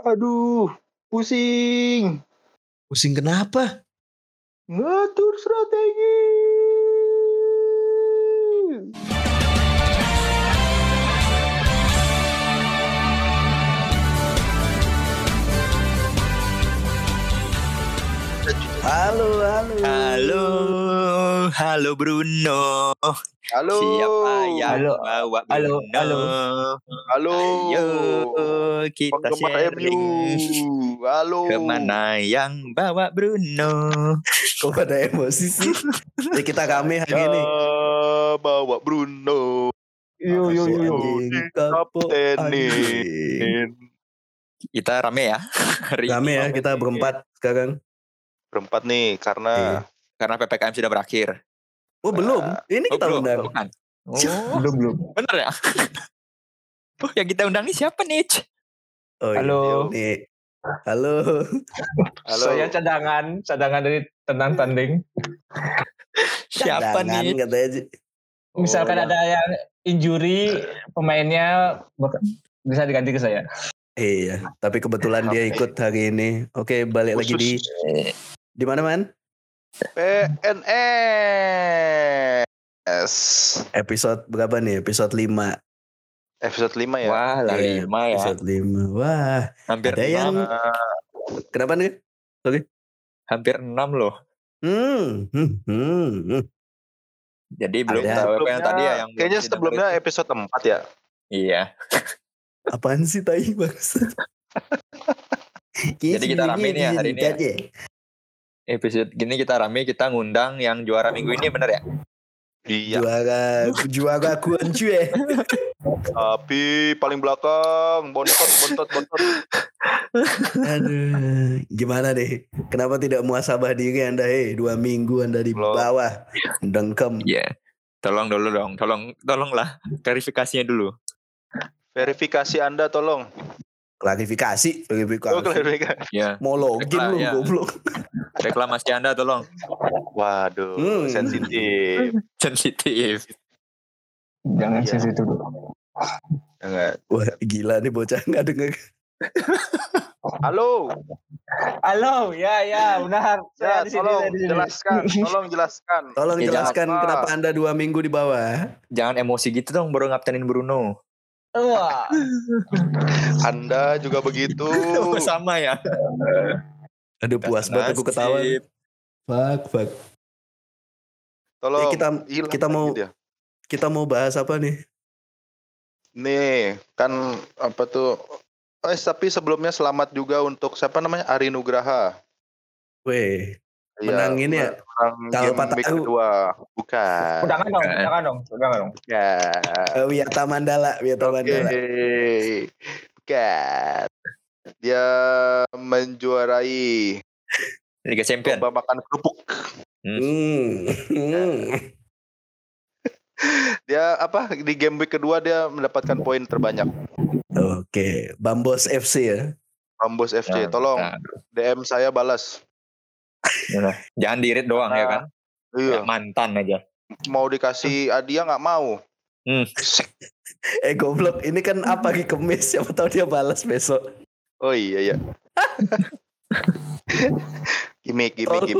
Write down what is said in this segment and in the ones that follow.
Aduh, pusing. Pusing kenapa? Ngatur strategi. Halo Bruno. Halo. Siapa yang bawa Bruno? Halo. Ayo kita Penggemar MU. sharing. Halo. Kemana yang bawa Bruno? Kok pada emosi sih? Ya kita rame hari ini. Bawa Bruno. Yo. Kapteni. Kita rame ya. Hari Rame ini ya, kita berempat sekarang. Berempat nih karena PPKM sudah berakhir. Oh belum, ini kita belum, undang. bukan. Belum. Bener ya? Yang kita undang nih siapa nih? Oh, Halo. Nih. Halo. Saya cadangan dari tendang tanding. Siapa nih? Katanya. Misalkan ada yang injury pemainnya bisa diganti ke saya. Iya, tapi kebetulan dia ikut hari ini. Oke, balik lagi di mana, Man? PNS. Episode berapa nih? Episode 5. Episode 5 ya? Wah, lah 5 ya. Episode 5. Wah, Hampir ada 6. yang kenapa nih? Sorry. Hampir 6 loh. Jadi belum tahu apa yang tadi ya yang kayaknya sebelumnya episode 4 ya? Iya. Apaan sih tai bangsa? Jadi kita rame nih ya hari ini. Ya. Episode gini kita rame, kita ngundang yang juara minggu ini, bener ya? Iya. Juara kunci. Tapi paling belakang bontot. Aduh, gimana deh? Kenapa tidak muhasabah diri Anda? 2 minggu Anda di bawah, dengkem. Iya. Tolong dulu dong, tolonglah klarifikasinya dulu. Verifikasi Anda tolong. Klarifikasi. Ya. Mau login lu goblok. Reklamasi Anda tolong. Waduh, sensitif. Jangan sensitif dulu. Jangan. Wah, gila nih bocah enggak denger. Halo, ya, benar. Ya, Saya di sini. jelaskan. Tolong jelaskan kenapa Anda 2 minggu di bawah. Jangan emosi gitu dong, baru ngaptenin Bruno. Wah. Anda juga begitu. Sama ya. Aduh, puas banget aku ketawa. Fuck. Tolong. Kita mau bahas apa nih? Nih, kan apa tuh? Tapi sebelumnya selamat juga untuk siapa namanya? Ari Nugraha. Weh. Menang ini ya? Game week kedua. Bukan. Udah dong. Ya. Wiyata Mandala. Oke. Bukan. Dia menjuarai Liga Champion. lomba makan kerupuk. Dia di game week kedua dia mendapatkan poin terbanyak. Oke, Bambos FC ya. Bambos FC, tolong DM saya balas. Jangan di-read doang ya kan? Iya. Mantan aja. Mau dikasih hadiah nggak mau. Goblok, ini kan apa lagi Kemis, siapa tahu dia balas besok. Oh iya. Gimik.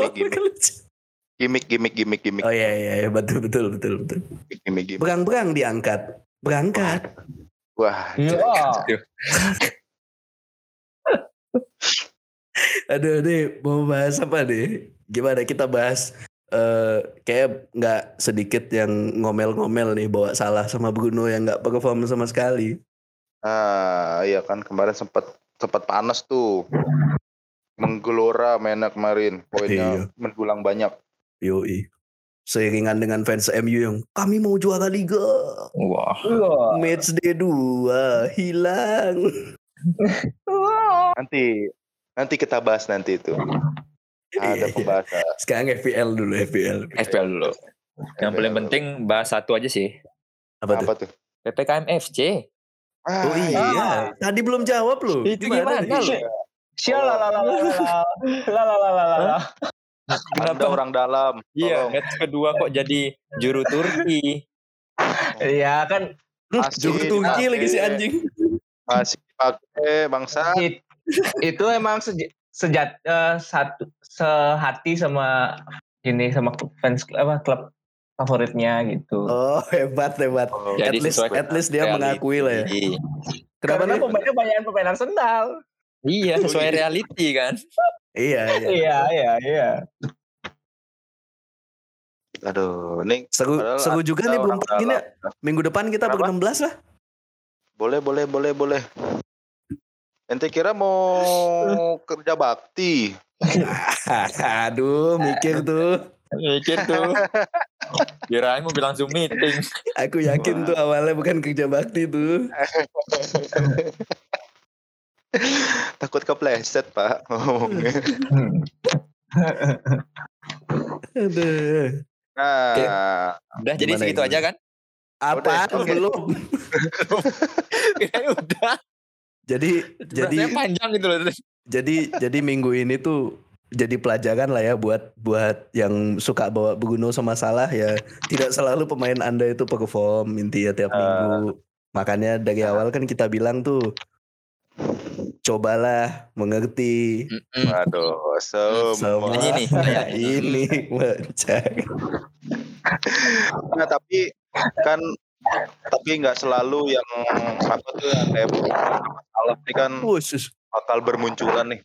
Oh iya, betul. Gimik. Berang diangkat. Berangkat. Wah. Aduh nih, mau bahas apa nih? Gimana kita bahas? Kayak nggak sedikit yang ngomel-ngomel nih bawa salah sama Bruno yang nggak perform sama sekali. Iya kan kemarin sempat panas tuh. Menggelora mainnya kemarin, poinnya mendulang banyak. Yoi. Seiringan dengan fans MU yang kami mau juara liga. Wah. Match day 2 hilang. Nanti kita bahas nanti itu. Ada pembahasan. Sekarang FPL dulu. Yang paling penting bahas satu aja sih. Apa tuh? PPKM FC. Oh iya. Tadi belum jawab loh. Itu gimana lo? Anda orang dalam. Iya, match kedua kok jadi juru Turki. Iya kan. Juru Turki lagi si anjing. Masih pakai bangsa. itu emang sehati sama fans klub favoritnya gitu. Oh, hebat. Oh, Jadi At least dia mengakui lah ya. Kenapa Karena nih? pemainnya banyak pemain Arsenal. Iya, sesuai reality kan. Iya. Iya. Aduh, ini Seru juga nih Bung Pagi nih. Minggu depan kita ber-16 lah. Boleh. Ente kira mau kerja bakti? Aduh, mikir tuh. Kirain mau bilang Zoom meeting. Aku yakin tuh awalnya bukan kerja bakti tuh. Takut kepleset, Pak, ngomongnya. Aduh. Nah, Udah jadi Gimana, segitu gimana? aja kan? Apaan Oke. belum? Udah. Jadi Sebenarnya panjang gitu loh. jadi minggu ini tuh jadi pelajaran lah ya buat yang suka bawa Bruno sama Salah ya. Tidak selalu pemain Anda itu perform intinya tiap minggu. Makanya dari awal kan kita bilang tuh cobalah mengerti. waduh, semua. Ini saya. Ini mencari. Nah, tapi nggak selalu yang apa tuh yang kayak Salah ini kan Khusus. bakal bermunculan nih.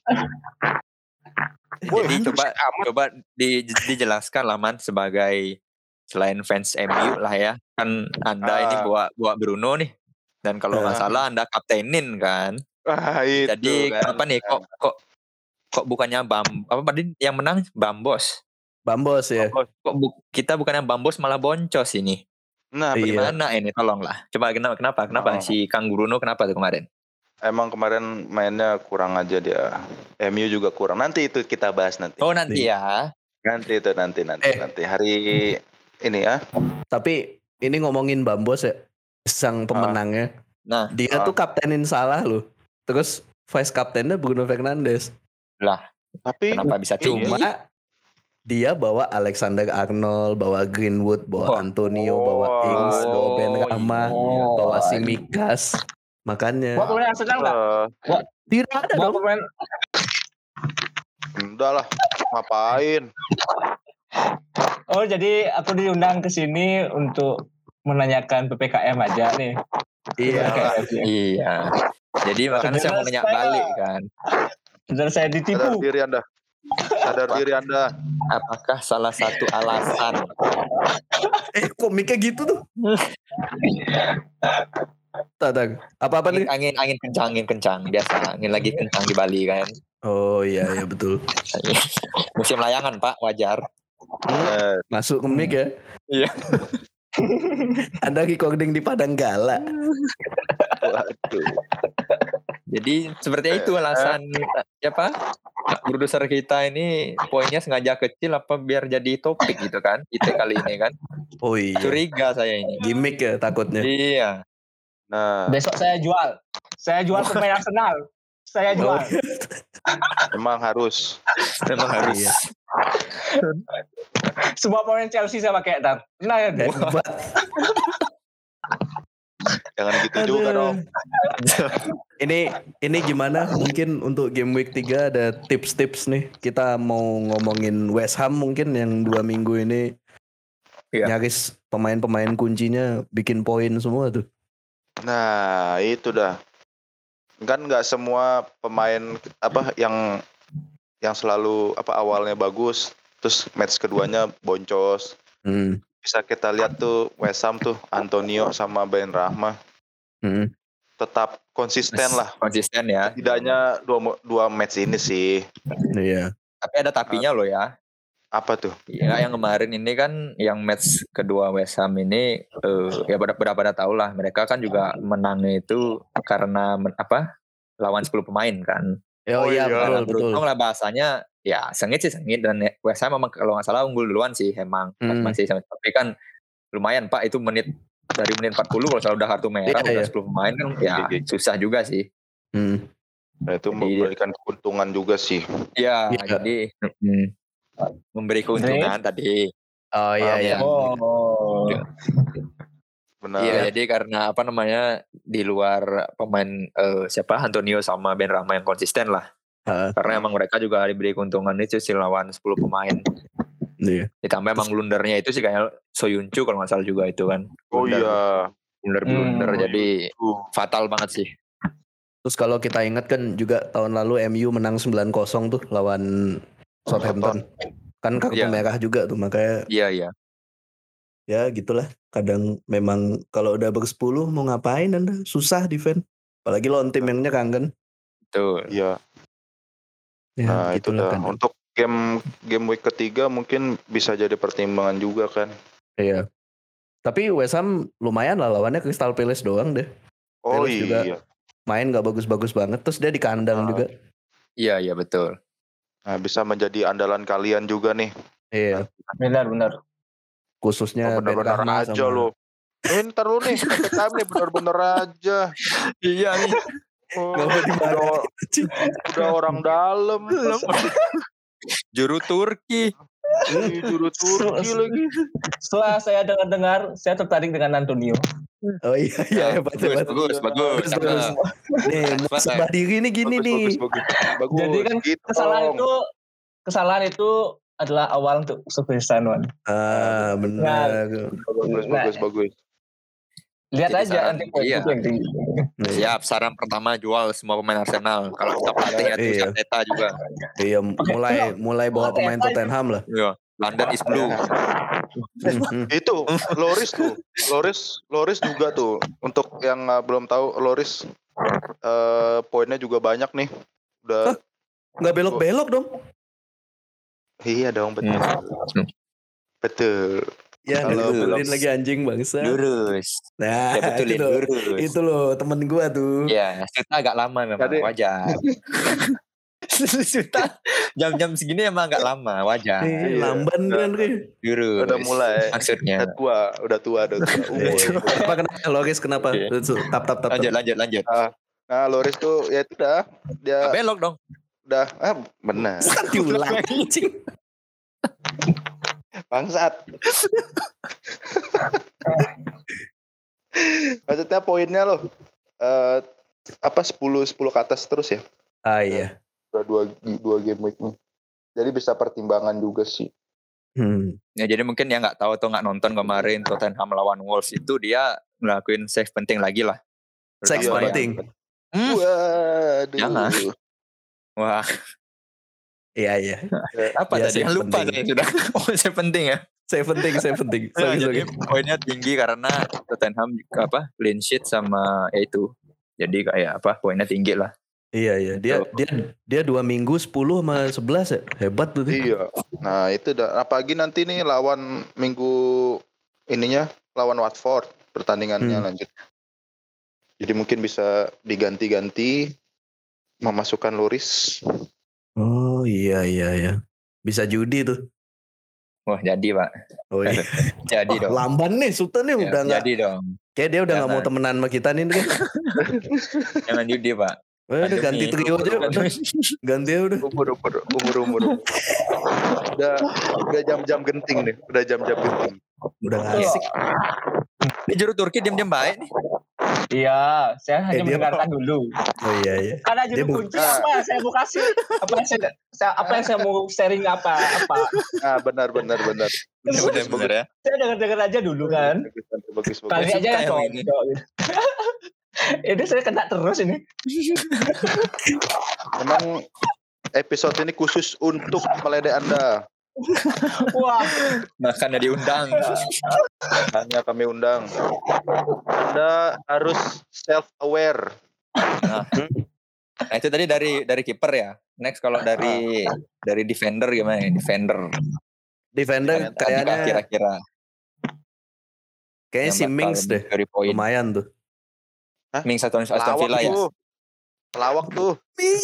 Jadi coba dijelaskan lah Man sebagai selain fans MU lah ya. Kan Anda ini bawa Bruno nih. Dan kalau nggak salah Anda kaptenin kan. Itu Jadi kan. apa nih kok bukannya apa tadi yang menang Bambos ya. Kok kita bukannya Bambos malah boncos ini. Nah, Bagaimana ini tolonglah. Coba kenapa si Kang Bruno kenapa tuh kemarin? Emang kemarin mainnya kurang aja dia. MU juga kurang. Nanti itu kita bahas nanti. Oh nanti ya. Nanti hari ini ya. Tapi ini ngomongin Bambos ya, sang pemenangnya. Nah, dia tuh kaptenin Salah loh. Terus vice kaptennya Bruno Fernandes. Lah, tapi kenapa bisa cuma dia bawa Alexander Arnold, bawa Greenwood, bawa Antonio, bawa Ings, bawa Ben Rama, bawa Simikas. Makanya. Bawa pemain Arsenal nggak? Tidak ada dong. Udah lah, ngapain? Oh, jadi aku diundang ke sini untuk menanyakan PPKM aja nih. Iya. Jadi makanya saya mau nanya balik kan. Sudah saya ditipu. Sadar diri Anda. Apakah salah satu alasan? Kok mikir gitu tuh? Tadang. Apa nih? Angin kencang biasa. Angin lagi kencang di Bali kan. Oh iya betul. Musim layangan Pak, wajar. Masuk ke mic ya. Iya. Anda recording di Padang Gala. Waduh. Jadi seperti itu alasan produser kita ini poinnya sengaja kecil apa biar jadi topik gitu kan kita kali ini kan. Oh iya. Curiga saya ini. Gimik ya takutnya. Iya. Nah. Besok saya jual pemain Arsenal. Saya jual. Memang harus. Iya. Semua pemain Chelsea saya pakai dan. Nah ya. Jangan gitu juga dong. Ini gimana? Mungkin untuk game week 3 ada tips-tips nih. Kita mau ngomongin West Ham mungkin yang 2 minggu ini nyaris pemain-pemain kuncinya bikin poin semua tuh. Nah, itu dah. Kan nggak semua pemain yang selalu awalnya bagus, terus match keduanya boncos. Bisa kita lihat tuh West Ham tuh Antonio sama Ben Rama tetap konsisten lah. Konsisten ya. Tidaknya dua match ini sih. Iya. Tapi ada tapinya loh ya. Apa tuh? Ya yang kemarin ini kan yang match kedua West Ham ini ya pada tahu lah mereka kan juga menangnya itu karena lawan 10 pemain kan. Oh iya betul. Beruntung lah bahasanya ya sengit dan West Ham memang kalau nggak salah unggul duluan sih emang masih tapi kan lumayan Pak itu dari menit 40 kalau salah udah kartu merah udah 10 pemain kan ya susah juga sih. Nah, itu memberikan keuntungan juga sih. Iya. Jadi memberi keuntungan tadi. Oh iya. Benar. Iya, jadi karena apa namanya di luar pemain siapa Antonio sama Ben Rama yang konsisten lah. Karena emang mereka juga diberi keuntungan itu sih lawan 10 pemain. Iya. Ditambah emang blundernya itu sih kayak Soyuncu kalau nggak salah juga itu kan. Oh iya. Blunder jadi fatal banget sih. Terus kalau kita ingat kan juga tahun lalu MU menang 9-0 tuh lawan Southampton. Kan kartu merah juga tuh makanya. Iya. Ya gitulah. Kadang memang kalau udah ber-10 mau ngapain Anda? Susah defend. Apalagi lawan tim yang nyerang kan. Betul. Iya. Ya, Nah itu dah. kadang. Untuk game week ketiga mungkin bisa jadi pertimbangan juga kan. Iya. Tapi West Ham lumayan lah lawannya Crystal Palace doang deh. Oh Palace iya. juga main gak bagus-bagus banget. Terus dia di kandang juga. Iya betul. Nah bisa menjadi andalan kalian juga nih. Iya. Benar. Khususnya Ben bener-bener Rahma aja sama... lo. Ntar lu nih PPKM nih bener-bener aja. Iya nih. Gak mau dimarahin. Udah orang dalam. Juru Turki. Juru Turki lagi. Setelah saya dengar, saya tertarik dengan Antonio. Oh iya hebat. Bagus. Nih musabah diri nih gini nih. Bagus. Jadi kan gitu kesalahan itu adalah awal untuk kesuksesan, Wan. Benar. Bagus. Lihat Jadi aja saran, nanti poin iya. itu yang tinggi. Siap, saran pertama jual semua pemain Arsenal. Kalau kita pelatihnya itu Arteta juga. Iya, mulai bawa pemain Tottenham lah. Iya, London is blue. Itu Loris juga tuh. Untuk yang belum tahu, Loris poinnya juga banyak nih. Udah nggak belok-belok dong. Iya dong, betul. Betul. Ya, kalau belin lagi anjing bangsa. Lurus. Nah, Ya betul lurus. Itu loh temen gua tuh. Iya, Suta agak lama memang, wajar. Suta jam-jam segini emang agak lama, wajar. Lamban kan, Lurus. Udah mulai. Maksudnya. Udah tua. Kenapa Loris kenapa? Tap. Lanjut. Nah, Loris tuh ya itu dah. Dia belok dong. Udah, benar. Diulang. Bangsat. Maksudnya poinnya loh 10 ke atas terus ya. Iya. Dua game week nih. Jadi bisa pertimbangan juga sih. Ya jadi mungkin ya nggak tahu atau nggak nonton kemarin Tottenham lawan Wolves itu dia ngelakuin save penting lagi lah. Save penting. Waduh. Jangan. Wah. Iya. Apa tadi? Yang lupa saya sudah. Oh, saya penting ya. Saya penting. Jadi poinnya tinggi karena Tottenham clean sheet sama ya itu. Jadi kayak poinnya tinggi lah. Iya. Dia 2 minggu 10 sama 11 ya. Hebat tuh. Iya. Nah, itu apalagi nanti nih lawan minggu ininya lawan Watford pertandingannya lanjut. Jadi mungkin bisa diganti-ganti memasukkan Loris. Oh iya. Bisa judi tuh. Wah jadi Pak. Oh iya. Jadi dong. Lamban nih Sultan nih udah nggak. Jadi dong. Kayak dia udah nggak mau temenan sama kita nih. Jangan judi Pak. Udah ganti trio aja. Ganti aja udah. Umur. Udah jam-jam genting nih. Udah jam-jam genting. Udah nggak asik. Ini juru Turki diam-diam baik nih. Iya, saya hanya mendengarkan dulu. Oh iya. Karena juru kunci apa saya mau kasih, apa yang saya mau sharing apa. Ah benar. Benar ya. Saya dengar aja dulu kan. Bagus. Kali aja yang cocok. Ini saya kena terus ini. Memang episode ini khusus untuk meledek Anda. Wah, makanya diundang. Hanya kami undang. Anda harus self aware. Nah, itu tadi dari kiper ya. Next kalau dari defender gimana ya? Defender kayaknya kira-kira. Kayaknya si Mings deh. Lumayan tuh. Mings Aston Villa ya. Pelawak tuh.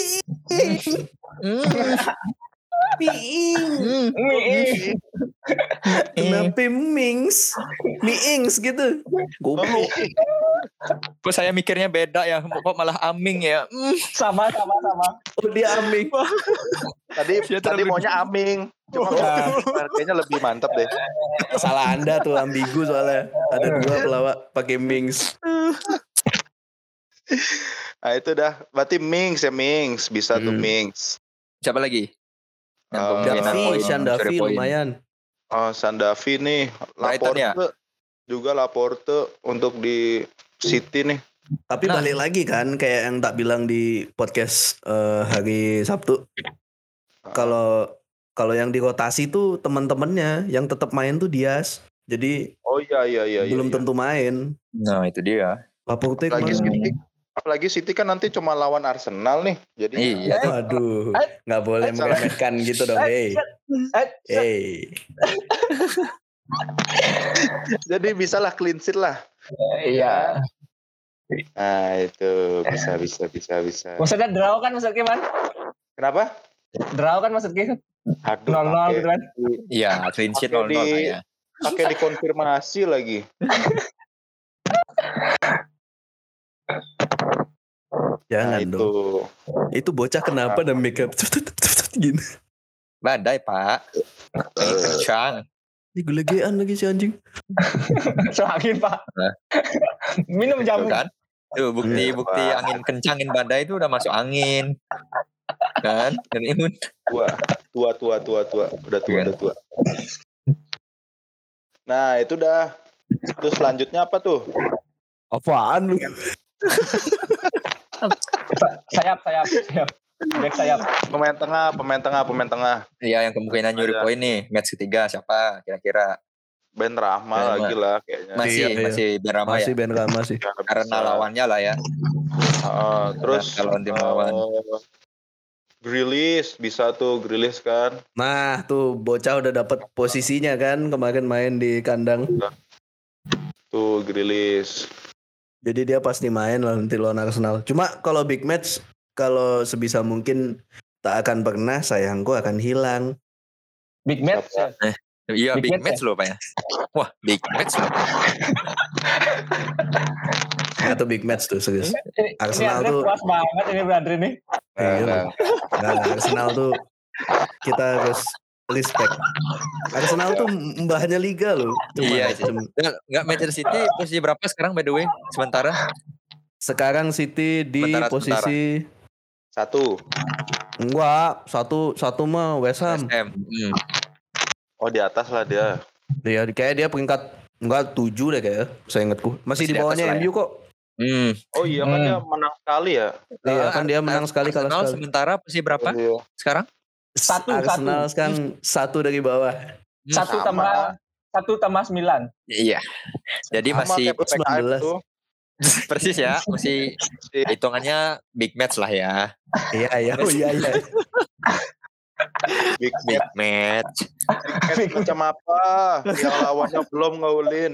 Kenapa Mings gitu? Goblok. Kok saya mikirnya beda ya, kok malah Aming ya? Sama. Oh dia Aming. Tadi maunya Aming. Cuma kayaknya lebih mantap deh. Salah Anda tuh, ambigu soalnya. Ada 2 pelawak pakai Mings. Nah itu dah. Berarti Mings ya, Mings. Bisa tuh Mings. Siapa lagi? Yang kemungkinan Davi, poin, Sean curi Davi poin. lumayan. Oh, Sandavi nih. Brighton ya? Juga Laporte untuk di City nih. Tapi balik lagi kan, kayak yang tak bilang di podcast hari Sabtu. Kalau yang dirotasi tuh teman-temannya yang tetap main tuh Diaz. Jadi belum tentu main. Nah, itu dia. Laporte apalagi City kan nanti cuma lawan Arsenal nih. Jadi iya. Waduh, nggak boleh meremehkan gitu dong, hey. Jadi bisalah clean sheet lah. Iya. Nah itu bisa. Maksudnya draw kan maksudnya gimana? Kenapa? Draw kan maksudnya 0-0 gitu kan? Iya, clean sheet 0-0 ya. Pakai dikonfirmasi lagi. Jangan dong. Itu bocah kenapa dan make up gini. Badai, Pak. Kencang. Ini gelegean lagi si anjing. Soangin, Pak. Minum jamu. Kan? Tuh bukti angin kencangin badai itu udah masuk angin. Kan? Dan imun. Tua. Udah tua. Nah, itu dah. Terus selanjutnya apa tuh? Apaan lu? Sayap. Back sayap. Pemain tengah. Iya, yang kemungkinan nyuri poin nih. Match ketiga siapa kira-kira? Ben Rahma lagi lah kayaknya. Masih Ben Rahma Masih Ben Rahma sih. Karena lawannya lah ya. Terus kalau tim lawan. Grealish bisa tuh Grealish kan. Nah tuh bocah udah dapat posisinya kan kemarin main di kandang. Tuh Grealish. Jadi dia pasti main lah nanti lawan Arsenal. Cuma kalau big match, kalau sebisa mungkin tak akan pernah sayangku akan hilang. Big match ya? Iya big match loh Pak ya. Wah big match loh. Atau big match tuh serius. Arsenal ini tuh puas banget ini Brandri nih. Iya. Arsenal tuh kita harus respect. Arsenal tuh mbahnya liga loh. Iya sih. Enggak Manchester City posisi berapa sekarang by the way? Sementara. Sekarang City di posisi 1. Enggak, satu mah West Ham. Oh di atas lah dia. Iya, kayak dia peringkat enggak 7 deh kayak. Saya ingatku. Masih di bawahnya MU kok. Oh iya kan dia menang sekali ya. Iya kan dia menang sekali kalah sekali. Sementara posisi berapa sekarang? Arsenal kan 1 dari bawah. 1 tambah 9. Iya. Jadi masih 19. Persis ya, masih hitungannya big match lah ya. Iya. Oh iya. Big match. Macam apa? Yang lawannya belum ngawulin.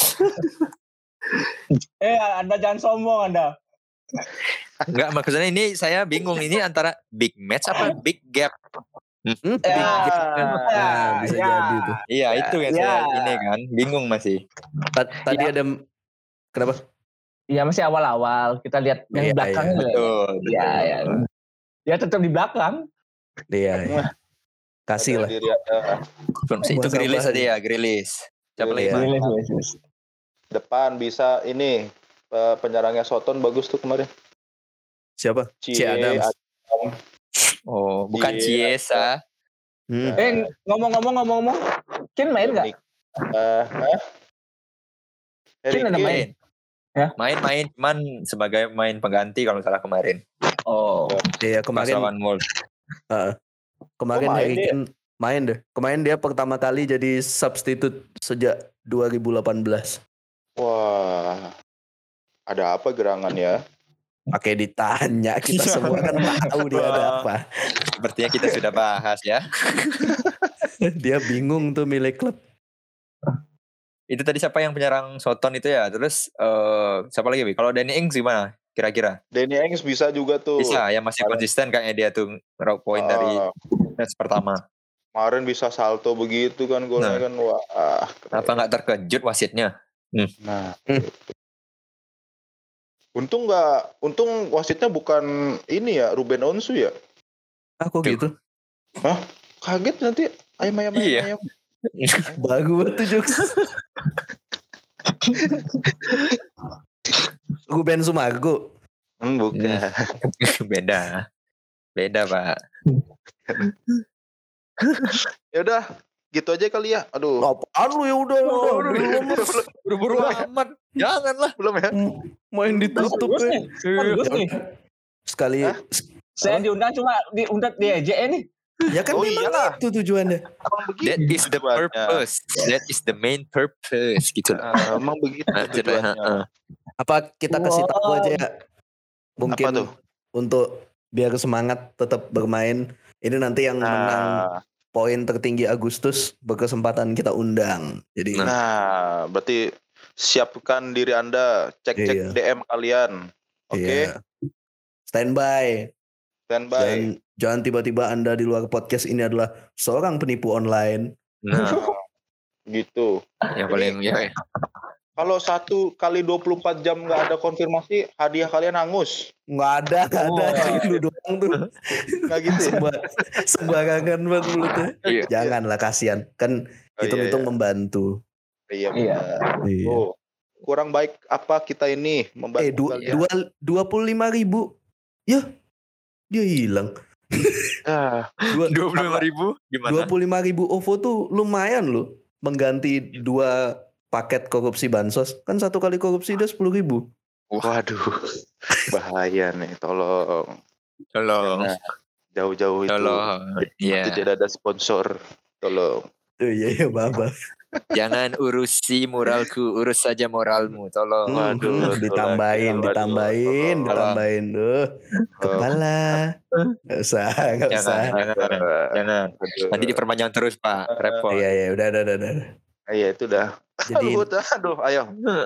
Anda jangan sombong Anda. Enggak, maksudnya ini saya bingung ini antara big match apa big gap. Big gap kan. Bisa jadi tuh. Iya, itu yang saya ini kan bingung masih. Tadi ada kenapa? Iya masih awal-awal kita lihat yang belakang. Betul. Iya. Ya tetap di belakang. Iya. Kasih lah. Itu Grealish tadi ya, Grealish. Siapa lagi? Grealish. Depan bisa ini penyerangnya Soton bagus tuh kemarin. Siapa? Adams. Oh, bukan Chiesa. Ngomong. Kin main nggak? Kin ada main. Ya? Main, cuman sebagai main pengganti kalau salah kemarin. Oh, iya kemarin. Kemarin Harry Kane main deh. Kemarin dia pertama kali jadi substitute sejak 2018. Wah, ada apa gerangan ya? Pakai ditanya, kita semua kan tahu dia ada apa. Sepertinya kita sudah bahas ya. Dia bingung tuh milih klub. Itu tadi siapa yang penyerang Soton itu ya? Terus siapa lagi? Kalau Danny Ings gimana kira-kira? Danny Ings bisa juga tuh. Bisa, yang masih konsisten kayaknya dia tuh ngeraup poin dari match pertama. Kemarin bisa salto begitu kan golnya kan. Wah. Kenapa nggak terkejut wasitnya? Nah. Untung wasitnya bukan ini ya, Ruben Onsu ya? Kok gitu? Hah? Kaget nanti ayam. Iya. Bagus tuh jokes. Gue Ben Sumargo. Bukan. Beda Pak. Ya udah, gitu aja kali ya. Aduh. Apaan lu ya udah. Buru-buru amat. Janganlah. Belum ya? Main ditutup Bagus nih. Sekali. Saya diundang cuma diundang di EJE nih. Ya kan memang itu tujuannya. That is the purpose. That is the main purpose gitu. Emang begitu tujuannya. Apa kita kasih tahu aja ya? Mungkin Apa tuh? untuk biar semangat tetap bermain. Ini nanti yang menang poin tertinggi Agustus berkesempatan kita undang. Jadi berarti siapkan diri Anda, cek DM kalian. Oke. Standby. Jangan tiba-tiba Anda di luar podcast ini adalah seorang penipu online. Gitu. Yang paling ya. Kalau 1 kali 24 jam nggak ada konfirmasi, hadiah kalian hangus. Nggak ada. Lu doang tuh. Nggak gitu ya? Sembarangan banget mulutnya. Janganlah, kasihan. Kan hitung-hitung membantu. Iya. Oh, kurang baik apa kita ini membantu kalian. 25.000. Ya, dia hilang. 25.000 gimana? 25.000 OVO tuh lumayan loh. Mengganti 2 paket korupsi bansos. Kan 1 kali korupsi udah 10.000. Waduh, bahaya nih. Tolong. Jauh-jauh itu. Tidak ada sponsor. Tolong. Iya, Bapak. Jangan urusi moralku, urus saja moralmu. Tolong. Waduh, ditambahin. Kepala. Enggak usah. Jangan. Nanti diperpanjang terus, Pak. Repot. Iya, udah. Iya, itu udah. Jadi ayo.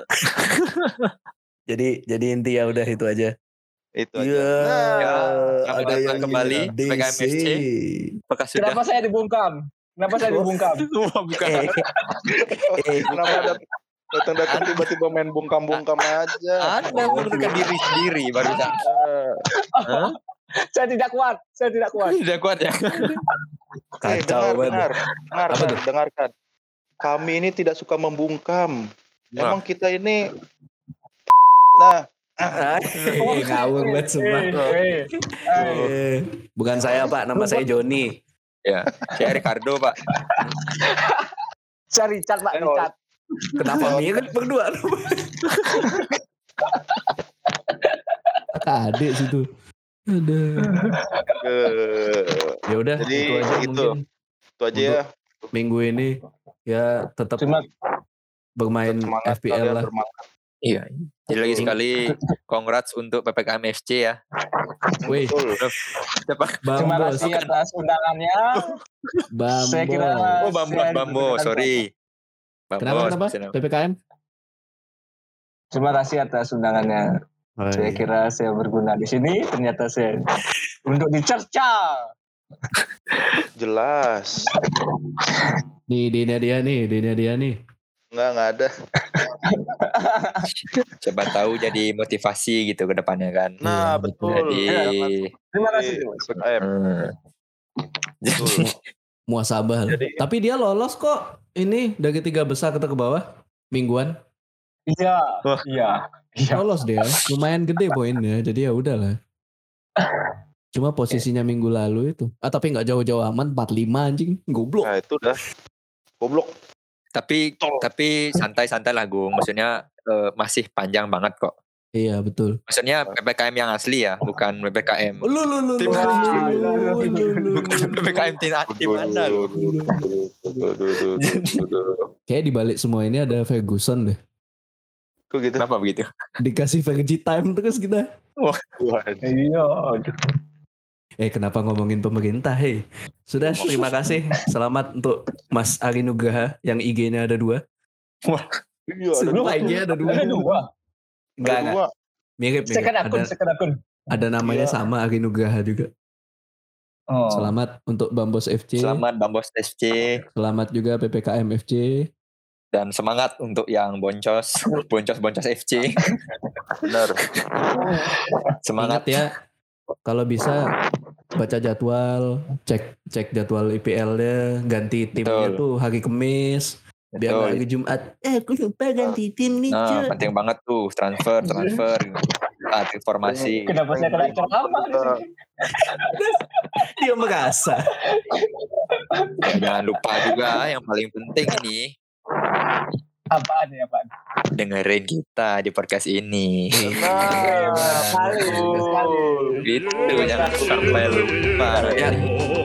jadi inti ya udah itu aja. Itu aja. Ada yang kembali PKMFC. Kenapa saya dibungkam? Bukan. Kenapa datang tiba-tiba main bungkam-bungkam aja? Anda menggunakan diri sendiri barusan. Saya tidak kuat. Tidak kuat ya. Kacau banget. Dengarkan. Kami ini tidak suka membungkam. Emang kita ini ngawur banget semua. Bukan saya, Pak. Nama saya Joni. Ya, saya Ricardo, Pak. Saya Richard, Pak. Richard. Kenapa mirip berdua? Adik situ. Ada. Ya udah, jadi itu aja mungkin. Itu aja ya. Minggu ini ya tetap bermain FPL lah. Iya. Jadi lagi sekali congrats untuk PPKM FC ya. Wih. Terima kasih atas undangannya. Saya kira Bambos, sorry. Kenapa? PPKM? Terima kasih atas undangannya. Saya kira saya berguna di sini, ternyata saya untuk dicerca. Jelas. Dina dia nih. Enggak ada. Coba tahu jadi motivasi gitu ke depannya kan. Nah, betul. Terima kasih. Jadi muasabah. Tapi dia lolos kok. Ini dari 3 besar ke bawah mingguan. Iya. Lolos dia. Lumayan gede poinnya. Jadi ya udahlah. Cuma posisinya minggu lalu itu. Tapi nggak jauh-jauh aman. 45 anjing. Goblok. Nah itu dah. Goblok. Tapi santai-santai lah Gung. Maksudnya masih panjang banget kok. Iya betul. Maksudnya PPKM yang asli ya, bukan PPKM. Bukan PPKM tim Anda loh. Kayak dibalik semua ini ada Ferguson deh. Kok gitu? Kenapa begitu? Dikasih Fergie time terus kita. Wah. Iya. Kenapa ngomongin pemerintah? Sudah, terima kasih. Selamat untuk Mas Ari Nugraha yang IG-nya ada 2. Wah. Iya, semua IG ada 2. Enggak. Mirip. Second akun. Ada namanya sama Ari Nugraha juga. Oh. Selamat untuk Bambos FC. Selamat Bambos FC. Selamat juga PPKM FC. Dan semangat untuk yang boncos FC. Benar. Semangat ya. Kalau bisa baca jadwal, cek jadwal IPL-nya, ganti timnya tuh hari Kamis. Biar gak hari Jumat. Aku lupa ganti tim nih. Nah, penting banget tuh transfer. Informasi. Kenapa saya kena ceramah di sini? Dia merasa. Ya, jangan lupa juga yang paling penting ini. Apaan? Dengerin kita di podcast ini. Sekali. Gitu, jangan sampai lupa. Ya.